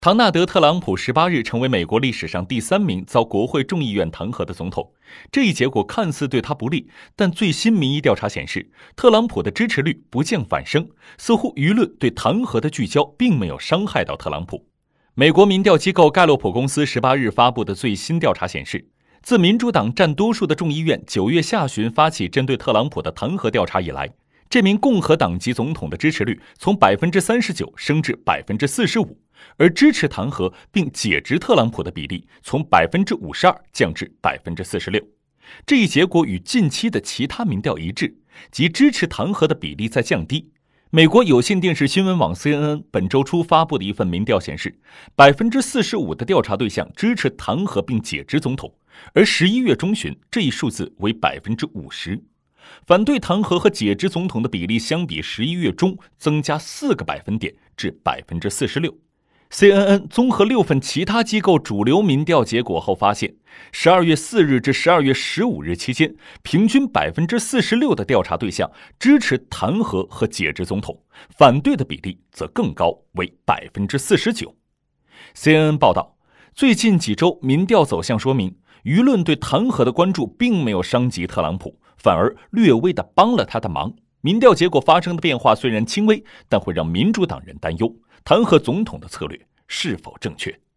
唐纳德·特朗普18日成为美国历史上第3名遭国会众议院弹劾的总统。这一结果看似对他不利，但最新民意调查显示，特朗普的支持率不降反升，似乎舆论对弹劾的聚焦并没有伤害到特朗普。美国民调机构盖洛普公司18日发布的最新调查显示，自民主党占多数的众议院9月下旬发起针对特朗普的弹劾调查以来，这名共和党籍总统的支持率从 39% 升至 45%， 而支持弹劾并解职特朗普的比例从 52% 降至 46%。 这一结果与近期的其他民调一致，即支持弹劾的比例在降低。美国有线电视新闻网 CNN 本周初发布的一份民调显示， 45% 的调查对象支持弹劾并解职总统，而11月中旬这一数字为 50%。 反对弹劾和解职总统的比例相比11月中增加4个百分点至 46%。 CNN 综合6份其他机构主流民调结果后发现，12月4日至12月15日期间，平均 46% 的调查对象支持弹劾和解职总统，反对的比例则更高，为 49%。 CNN 报道，最近几周民调走向说明，舆论对弹劾的关注并没有伤及特朗普，反而略微地帮了他的忙。民调结果发生的变化虽然轻微，但会让民主党人担忧弹劾总统的策略是否正确。